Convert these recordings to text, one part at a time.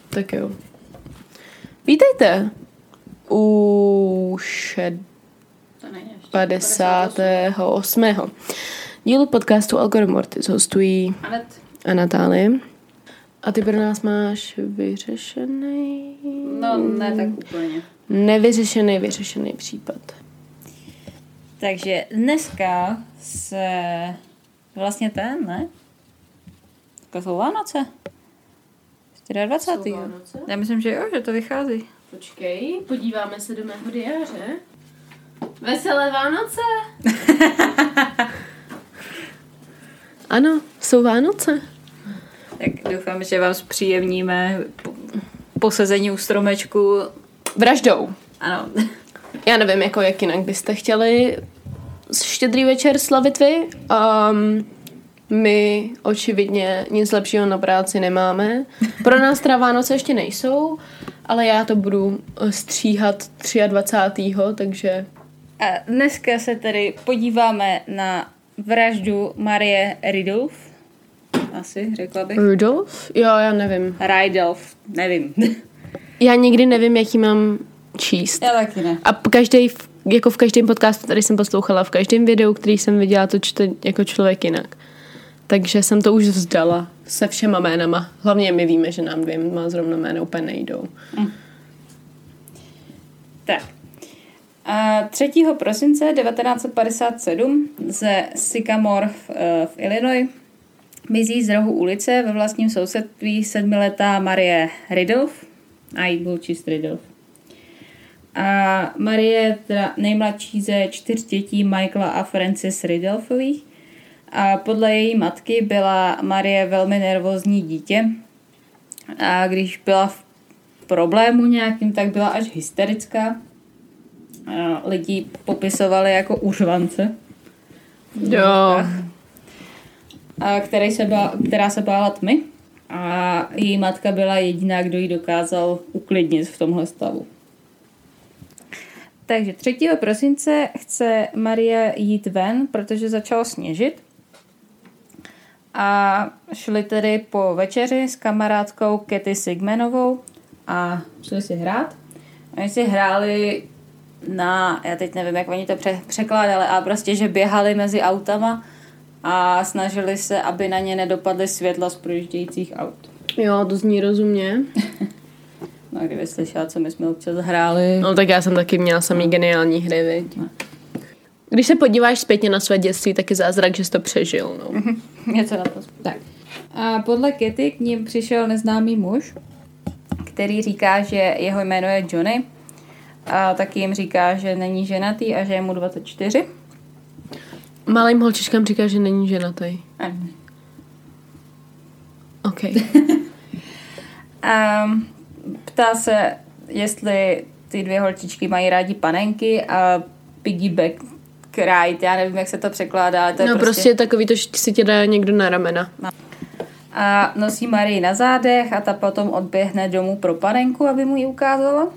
Tak jo. Vítejte u 58. dílu podcastu Algor Mortis. Hostují Anet a Natálie. A ty pro nás máš vyřešený... No, ne tak úplně. Vyřešený případ. Takže dneska se vlastně ne? To jsou Vánoce. 24. Vánoce? Já myslím, že jo, že to vychází. Počkej, podíváme se do mého diáře. Veselé Vánoce! Ano, jsou Vánoce. Tak doufám, že vám zpříjemníme posezení u stromečku Vraždou. Ano. Já nevím, jako jak jinak byste chtěli štědrý večer slavit vy. My očividně nic lepšího na práci nemáme. Pro nás teda Vánoce ještě nejsou, ale já to budu stříhat 23. takže... A dneska se tedy podíváme na vraždu Marie Rudolph. Asi, řekla bych. Rudolf? Jo, já nevím. Rudolph, nevím. Já nikdy nevím, jaký mám číst. Já taky ne. A jako v každém podcastu, tady jsem poslouchala, v každém videu, který jsem viděla, to čte jako člověk jinak. Takže jsem to už vzdala se všema jménama. Hlavně my víme, že nám dvěma zrovna jména úplně nejdou. Tak. 3. prosince 1957 ze Sycamore v Illinois mizí z rohu ulice ve vlastním sousedství 7letá Marie Rudolph a jí byl čist Rudolph. A Marie je teda nejmladší ze 4 dětí Michaela a Frances Rudolphových a podle její matky byla Marie velmi nervózní dítě a když byla v problému nějakým, tak byla až hysterická. A lidi popisovali jako uřvance. Jo. A která se bála tmy a její matka byla jediná, kdo ji dokázal uklidnit v tomhle stavu. Takže 3. prosince chce Marie jít ven, protože začalo sněžit. A šli tedy po večeři s kamarádkou Kathy Sigmanovou a šli si hrát. Oni si hráli já teď nevím, jak oni to překládali, ale prostě, že běhali mezi autama a snažili se, aby na ně nedopadly světla z projíždějících aut. Jo, to zní rozumně. No, kdyby slyšela, co my jsme občas hráli. No tak já jsem taky měla samý geniální hry, viď? No. Když se podíváš zpětně na své dětství, tak je zázrak, že jsi to přežil, no. Něco na to. Tak. A podle Kathy k ním přišel neznámý muž, který říká, že jeho jméno je Johnny. A taky jim říká, že není ženatý a že je mu 24. Malým holčičkám říká, že není ženatý. OK. Ptá se, jestli ty 2 holčičky mají rádi panenky a piggyback ride, já nevím, jak se to překládá. To je prostě takový to, že si tě dá někdo na ramena. A nosí Marii na zádech a ta potom odběhne domů pro panenku, aby mu ji ukázala.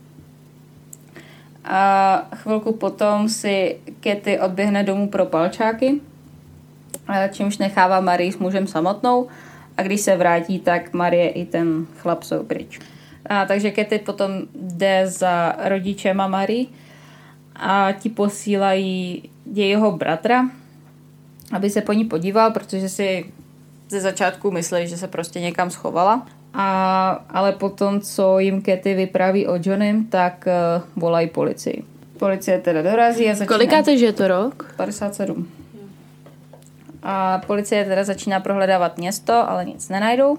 A chvilku potom si Kathy odběhne domů pro palčáky, čímž nechává Marii s mužem samotnou a když se vrátí, tak Marie i ten chlap jsou pryč. Takže Kathy potom jde za rodičema Marie a ti posílají jejího bratra, aby se po ní podíval, protože si ze začátku myslí, že se prostě někam schovala. Ale potom, co jim Kathy vypráví o Johnem, tak volají policii. Policie teda dorazí a začíná... Kolikáte, že je to rok? 57. A policie teda začíná prohledávat město, ale nic nenajdou.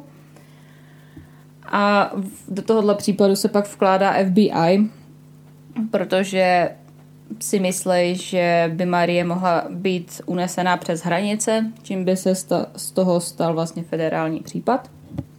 A do tohohle případu se pak vkládá FBI, protože si myslí, že by Marie mohla být unesená přes hranice, čím by se z toho stal vlastně federální případ.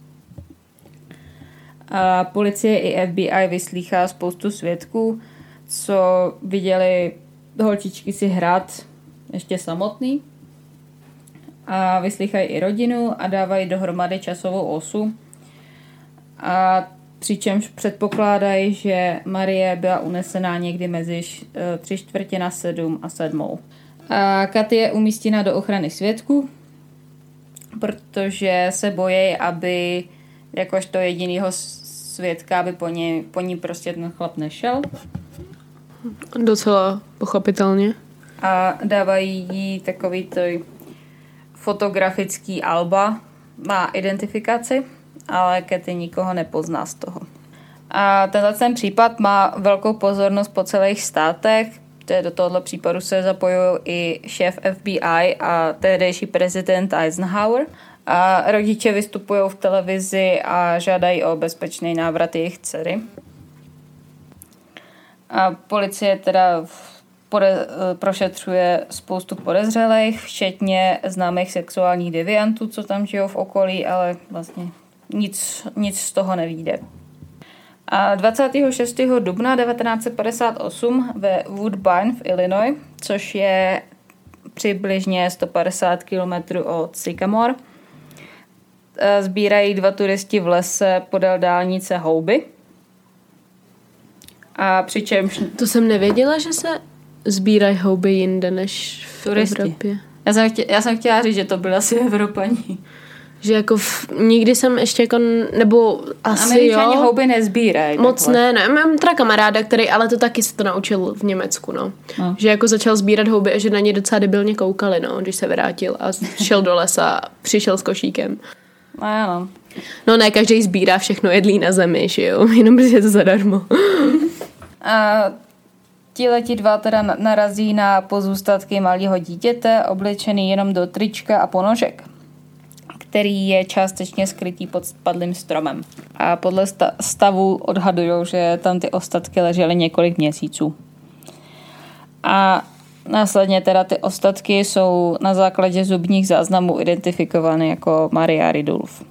A policie i FBI vyslýchá spoustu svědků, co viděli holčičky si hrát ještě samotný. A vyslýchají i rodinu a dávají dohromady časovou osu. A přičemž předpokládají, že Marie byla unesená někdy mezi 6:45 a 7. A Kathy je umístěna do ochrany svědků, protože se bojí, aby jakožto jedinýho svědka, aby po ní prostě ten chlap nešel. Docela pochopitelně. A dávají jí takový fotografický alba, má identifikaci, ale Kathy nikoho nepozná z toho. A ten případ má velkou pozornost po celých státech. Do tohoto případu se zapojují i šéf FBI a tehdejší prezident Eisenhower. A rodiče vystupují v televizi a žádají o bezpečný návrat jejich dcery. A policie teda prošetřuje spoustu podezřelých, včetně známých sexuálních deviantů, co tam žijou v okolí, ale vlastně nic z toho nevyjde. A 26. dubna 1958 ve Woodbine v Illinois, což je přibližně 150 km od Sycamore, sbírají 2 turisti v lese podél dálnice houby. A přičemž... To jsem nevěděla, že se sbírají houby jinde než v turisti. Evropě. Já jsem chtěla říct, že to byly asi Evropani. Že jako nikdy jsem ještě jako, nebo asi Američani jo. houby nezbírají. Moc ne. Mám teda kamaráda, který, ale to taky se to naučil v Německu, no. Že jako začal sbírat houby a že na ně docela debilně koukali, no, když se vrátil a šel do lesa, přišel s košíkem. Ano. No ne, každý sbírá všechno jedlí na zemi, že jo, jenom protože je to zadarmo. A ti 2 teda narazí na pozůstatky malého dítěte, oblečený jenom do trička a ponožek, který je částečně skrytý pod spadlým stromem. A podle stavu odhadují, že tam ty ostatky ležely několik měsíců. A následně teda ty ostatky jsou na základě zubních záznamů identifikovány jako Maria Ridulf.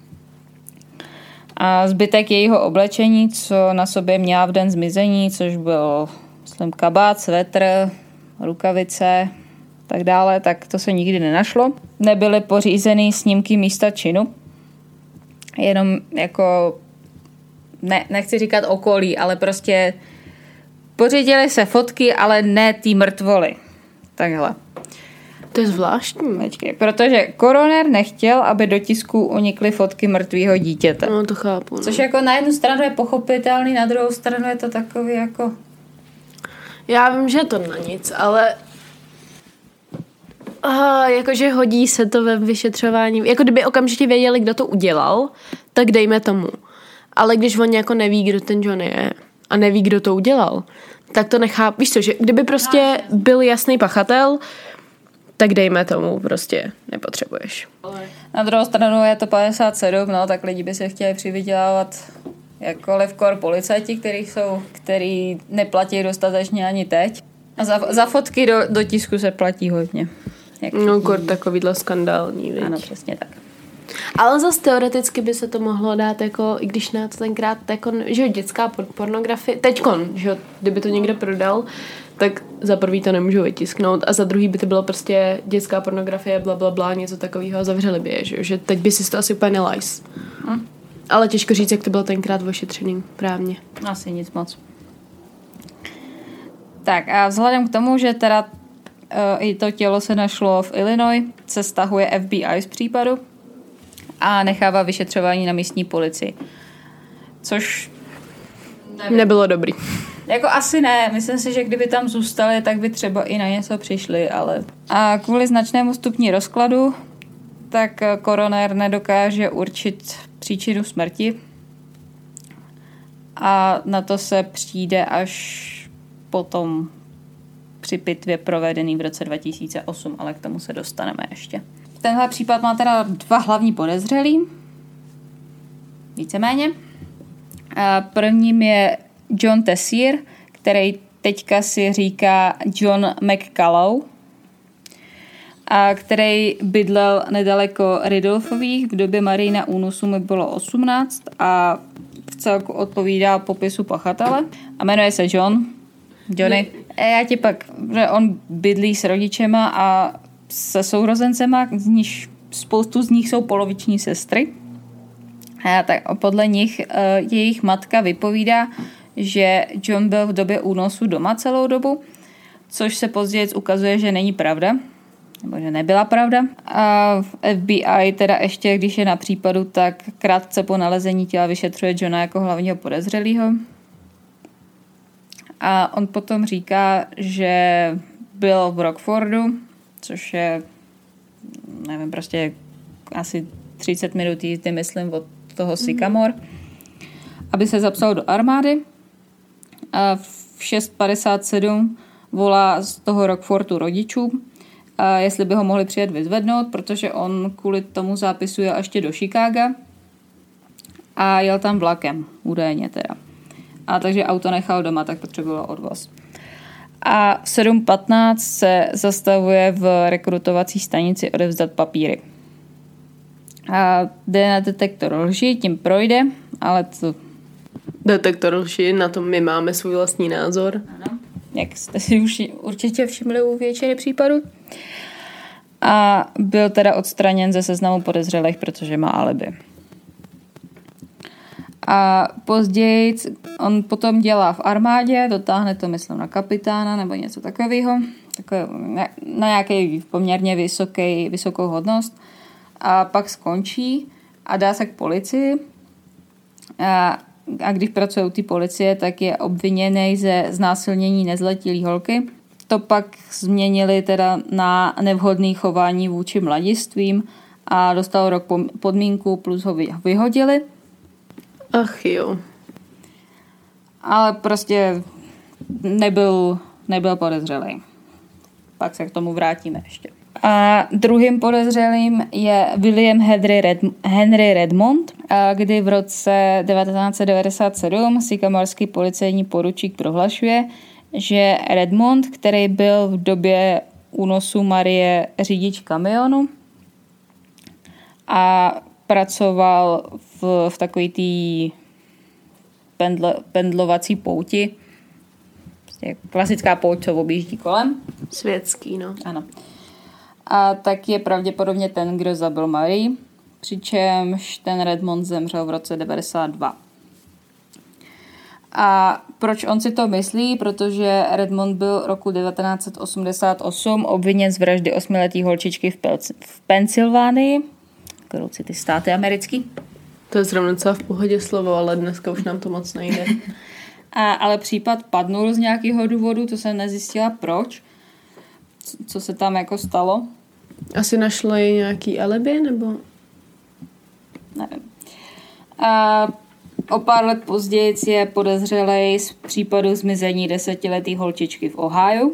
A zbytek jejího oblečení, co na sobě měla v den zmizení, což byl, myslím, kabát, svetr, rukavice, tak dále, tak to se nikdy nenašlo. Nebyly pořízeny snímky místa činu. Jenom jako, nechci říkat okolí, ale prostě pořídily se fotky, ale ne ty mrtvoly. Takhle. To je zvláštní. Počkej, protože koroner nechtěl, aby do tisku unikly fotky mrtvého dítěte. No to chápu. No. Což jako na jednu stranu je pochopitelný, na druhou stranu je to takový jako... Já vím, že je to na nic, ale jakože hodí se to ve vyšetřování. Jako kdyby okamžitě věděli, kdo to udělal, tak dejme tomu. Ale když on jako neví, kdo ten John je a neví, kdo to udělal, tak to nechá... Víš co, že kdyby prostě byl jasný pachatel, tak dejme tomu, prostě nepotřebuješ. Na druhou stranu je to 57, no, tak lidi by se chtěli přivydělávat jakkoliv policajti, který neplatí dostatečně ani teď. A za fotky do tisku se platí hodně. No, takovýhle skandální, viď? Ano, přesně tak. Ale zase teoreticky by se to mohlo dát jako, i když na to tenkrát, jako, že jo, dětská pornografie, teďkon, že jo, kdyby to někdo prodal, tak za prvý to nemůžu vytisknout a za druhý by to bylo prostě dětská pornografie, blablabla, něco takového a zavřeli by je, že teď by si to asi úplně nelajs. Ale těžko říct, jak to bylo tenkrát ošetřený právně. Asi nic moc. Tak a vzhledem k tomu, že teda i to tělo se našlo v Illinois, se stahuje FBI z případu a nechává vyšetřování na místní policii. Což nebylo dobrý. Jako asi ne, myslím si, že kdyby tam zůstali, tak by třeba i na něco přišli, ale... A kvůli značnému stupni rozkladu, tak koroner nedokáže určit příčinu smrti a na to se přijde až potom při pitvě provedený v roce 2008, ale k tomu se dostaneme ještě. Tenhle případ má teda 2 hlavní podezřelí, víceméně. A prvním je John Tessier, který teďka si říká John McCullough, a který bydlel nedaleko Ridulfových. V době Maryjna únosu mu bylo 18 a v celku odpovídá popisu pachatele. A jmenuje se Johnny. Já ti pak, že on bydlí s rodičema a se sourozencema, spoustu z nich jsou poloviční sestry. A tak podle nich jejich matka vypovídá, že John byl v době únosu doma celou dobu, což se později ukazuje, že není pravda. nebo že nebyla pravda. A FBI teda ještě, když je na případu, tak krátce po nalezení těla vyšetřuje Johna jako hlavního podezřelého. A on potom říká, že byl v Rockfordu, což je, nevím, prostě asi 30 minut jízdy, myslím, od toho Sycamore, aby se zapsal do armády. A v 6:57 volá z toho Rockfordu rodičů, a jestli by ho mohli přijet vyzvednout, protože on kvůli tomu zápisu jel ještě do Chicaga a jel tam vlakem, údajně teda. A takže auto nechal doma, tak potřeboval odvoz. A v 7:15 se zastavuje v rekrutovací stanici odevzdat papíry. A jde na detektor lži, tím projde, ale to... Detektor lži, na tom my máme svůj vlastní názor. Ano, jak jste si už určitě všimli u většiny případů. A byl teda odstraněn ze seznamu podezřelých, protože má alibi. A později on potom dělá v armádě, dotáhne to, myslím, na kapitána nebo něco takového, na nějaký poměrně vysokou hodnost, a pak skončí a dá se k policii. A když pracuje u té policie, tak je obviněný ze znásilnění nezletilý holky. To pak změnili teda na nevhodné chování vůči mladistvím a dostal rok podmínku, plus ho vyhodili. Ach jo. Ale prostě nebyl podezřelý. Pak se k tomu vrátíme ještě. A druhým podezřelým je William Henry Redmond, kdy v roce 1997 sycamorský policejní poručík prohlašuje, že Redmond, který byl v době únosu Marie řidič kamionu a pracoval v takové té pendlovací pouti, klasická pouť, co objíždí kolem. Světský, no. Ano. A tak je pravděpodobně ten, kdo zabil Marie, přičemž ten Redmond zemřel v roce 92. A proč on si to myslí? Protože Redmond byl roku 1988 obviněn z vraždy 8letý holčičky v Pensylvánii. Krouci ty státy americký. To je zrovna docela v pohodě slovo, ale dneska už nám to moc nejde. Ale případ padnul z nějakého důvodu, to jsem nezjistila proč. Co se tam jako stalo? Asi našli nějaký alibi, nebo? Nevím. A o pár let později je podezřelej z případu zmizení 10letý holčičky v Ohio.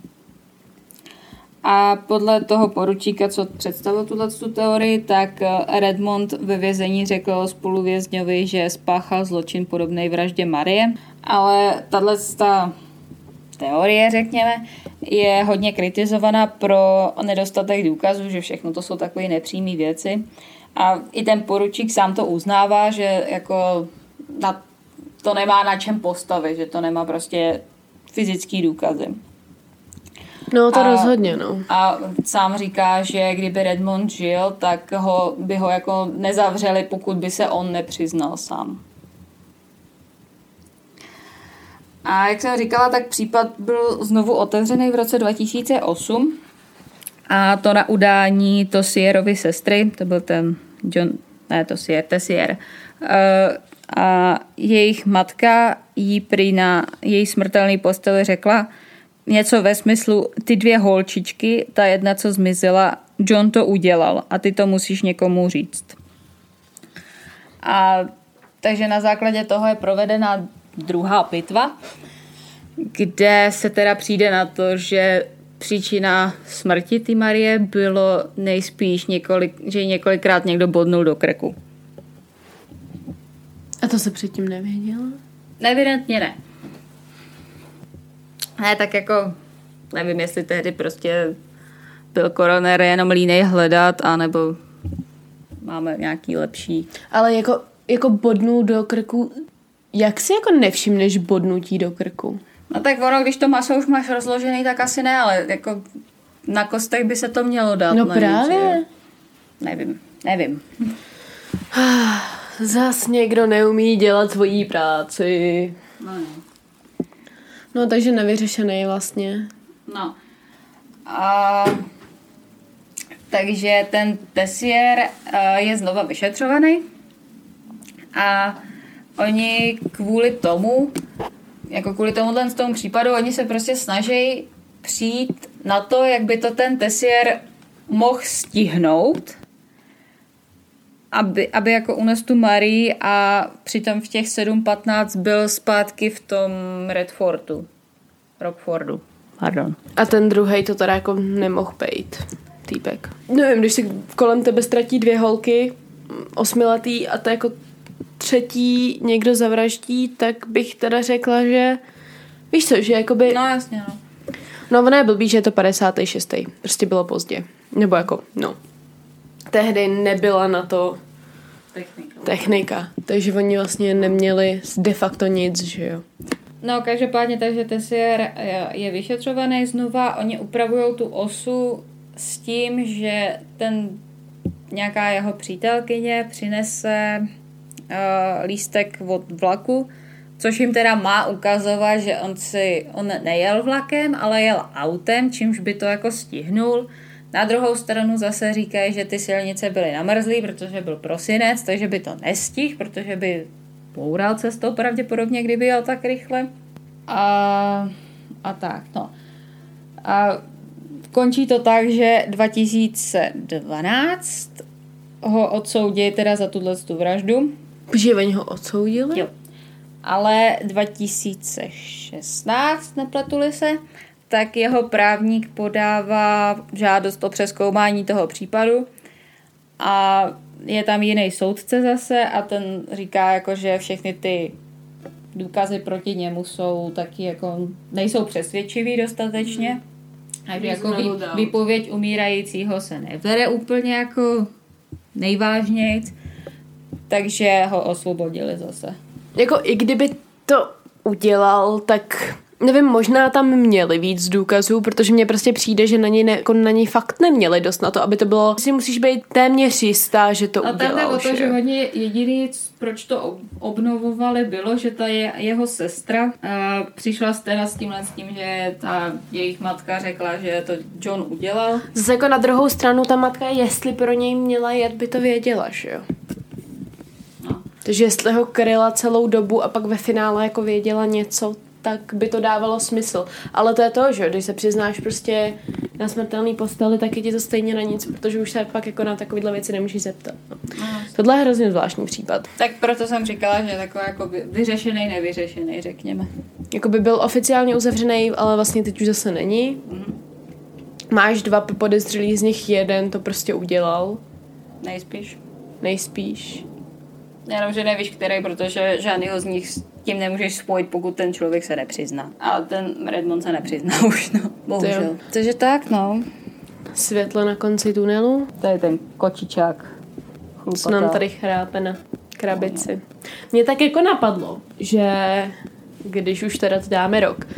A podle toho poručíka, co představil tuto teorii, tak Redmond ve vězení řekl spoluvězňovi, že spáchal zločin podobný vraždě Marie. Ale tato teorie, řekněme, je hodně kritizovaná pro nedostatek důkazů, že všechno to jsou takové nepřímé věci. A i ten poručík sám to uznává, že jako to nemá na čem postavit, že to nemá prostě fyzický důkazy. No to rozhodně, no. A sám říká, že kdyby Redmond žil, tak by ho jako nezavřeli, pokud by se on nepřiznal sám. A jak jsem říkala, tak případ byl znovu otevřený v roce 2008. A to na udání Tosierovy sestry, to byl ten Tessier. A jejich matka jí prý na její smrtelný posteli řekla něco ve smyslu, ty dvě holčičky, ta jedna, co zmizela, John to udělal a ty to musíš někomu říct. A takže na základě toho je provedena druhá pitva, kde se teda přijde na to, že příčina smrti ty Marie bylo nejspíš že ji několikrát někdo bodnul do krku. A to se předtím nevěděla? Evidentně ne. Ne, tak jako nevím, jestli tehdy prostě byl koroner jenom línej hledat, anebo máme nějaký lepší. Ale jako bodnul do krku, jak si jako nevšimneš bodnutí do krku? No tak ono, když to maso už máš rozložený, tak asi ne, ale jako na kostech by se to mělo dát. No právě. Nevím. Zas někdo neumí dělat svoji práci. No, takže nevyřešený vlastně. No. A Takže ten Tessier je znova vyšetřovaný a oni kvůli tomu případu, oni se prostě snaží přijít na to, jak by to ten Tessier mohl stihnout, aby jako unes tu Marii a přitom v těch 7:15 byl zpátky v tom Rockfordu. Pardon. A ten druhej to teda jako nemohl bejt, týpek. Nevím, když si kolem tebe ztratí 2 holky, 8letý a to jako třetí někdo zavraždí, tak bych teda řekla, že víš co, že jakoby... No jasně, no. No ono je blbý, že je to 56. Prostě bylo pozdě. Nebo jako, no. Tehdy nebyla na to technika. Takže oni vlastně neměli de facto nic, že jo. No, každopádně, takže Tessier je vyšetřovaný znova. Oni upravují tu osu s tím, že nějaká jeho přítelkyně přinese lístek od vlaku, což jim teda má ukazovat, že on nejel vlakem, ale jel autem, čímž by to jako stihnul. Na druhou stranu zase říkají, že ty silnice byly namrzlý, protože byl prosinec, takže by to nestihl, protože by boural cestou pravděpodobně, kdyby jel tak rychle. A tak, no. A končí to tak, že 2012 ho odsoudí teda za tuto vraždu. Že oni ho odsoudili? Jo. Ale 2016, nepletuli se, tak jeho právník podává žádost o přezkoumání toho případu a je tam jiný soudce zase a ten říká, jako, že všechny ty důkazy proti němu jsou taky jako, nejsou přesvědčivý dostatečně. Takže jako výpověď umírajícího se nebere úplně jako nejvážnějc, takže ho osvobodili zase. Jako i kdyby to udělal, tak nevím, možná tam měli víc důkazů, protože mně prostě přijde, že na něj fakt neměli dost na to, aby to bylo, si musíš být téměř jistá, že to udělal. A tam jde o to, že hodně jediný, proč to obnovovali, bylo, že ta jeho sestra přišla s tím, že ta jejich matka řekla, že to John udělal. Zase jako na druhou stranu ta matka, jestli pro něj měla jet, by to věděla, že jo? No. Takže jestli ho kryla celou dobu a pak ve finále jako věděla něco, tak by to dávalo smysl. Ale to je to, že když se přiznáš prostě na smrtelný posteli, tak je ti to stejně na nic, protože už se pak jako na takovýhle věci nemůžeš zeptat. No. Tohle je hrozně zvláštní případ. Tak proto jsem říkala, že je takový jako vyřešený, nevyřešený, řekněme. Jakoby byl oficiálně uzavřený, ale vlastně teď už zase není. Máš 2 podezřelí, z nich jeden to prostě udělal. Nejspíš. Jenom, že nevíš, který, protože žádnýho z nich s tím nemůžeš spojit, pokud ten člověk se nepřizná. A ten Redmond se nepřizná už, no. Bohužel. Takže tak, no. Světlo na konci tunelu. To je ten kočičák. Co nám tady chrápe na krabici. Mně tak jako napadlo, že když už teda to dáme rok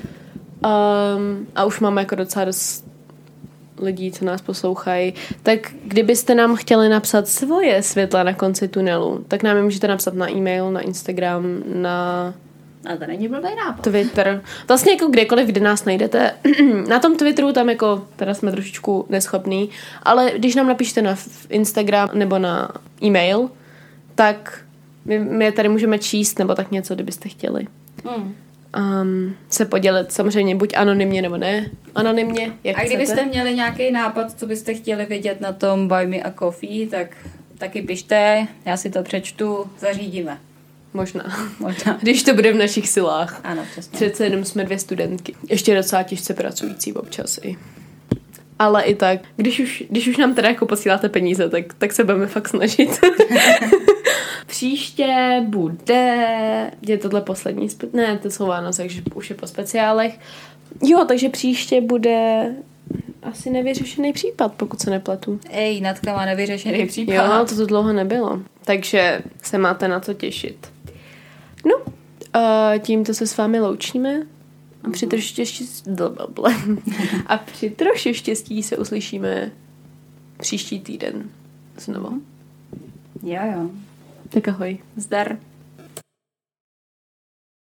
a už máme jako docela dost lidí, co nás poslouchají, tak kdybyste nám chtěli napsat svoje světla na konci tunelu, tak nám je můžete napsat na e-mail, na Instagram, na... A to není blbý nápad. Twitter. Vlastně jako kdekoliv, kde nás najdete. Na tom Twitteru tam jako, teda jsme trošičku neschopní, ale když nám napíšete na Instagram nebo na e-mail, tak my je tady můžeme číst nebo tak něco, kdybyste chtěli. Se podělit samozřejmě buď anonymně nebo ne anonymně, jak a kdybyste chcete. Měli nějaký nápad, co byste chtěli vidět na tom Buy Me a Coffee, tak taky pište, já si to přečtu, zařídíme. Možná. Když to bude v našich silách. Ano, přesně. Přece jenom jsme 2 studentky. Ještě docela těžce pracující občas i. Ale i tak, když už nám teda jako posíláte peníze, tak se budeme fakt snažit. Příště je tohle poslední, ne, to jsou Vánoce, takže už je po speciálech. Jo, takže příště bude asi nevyřešený případ, pokud se nepletu. Natka má nevyřešený případ. Jo, to dlouho nebylo. Takže se máte na co těšit. No, tímto se s vámi loučíme. A při troši štěstí se uslyšíme příští týden znovu. Jo. Tak ahoj. Zdar.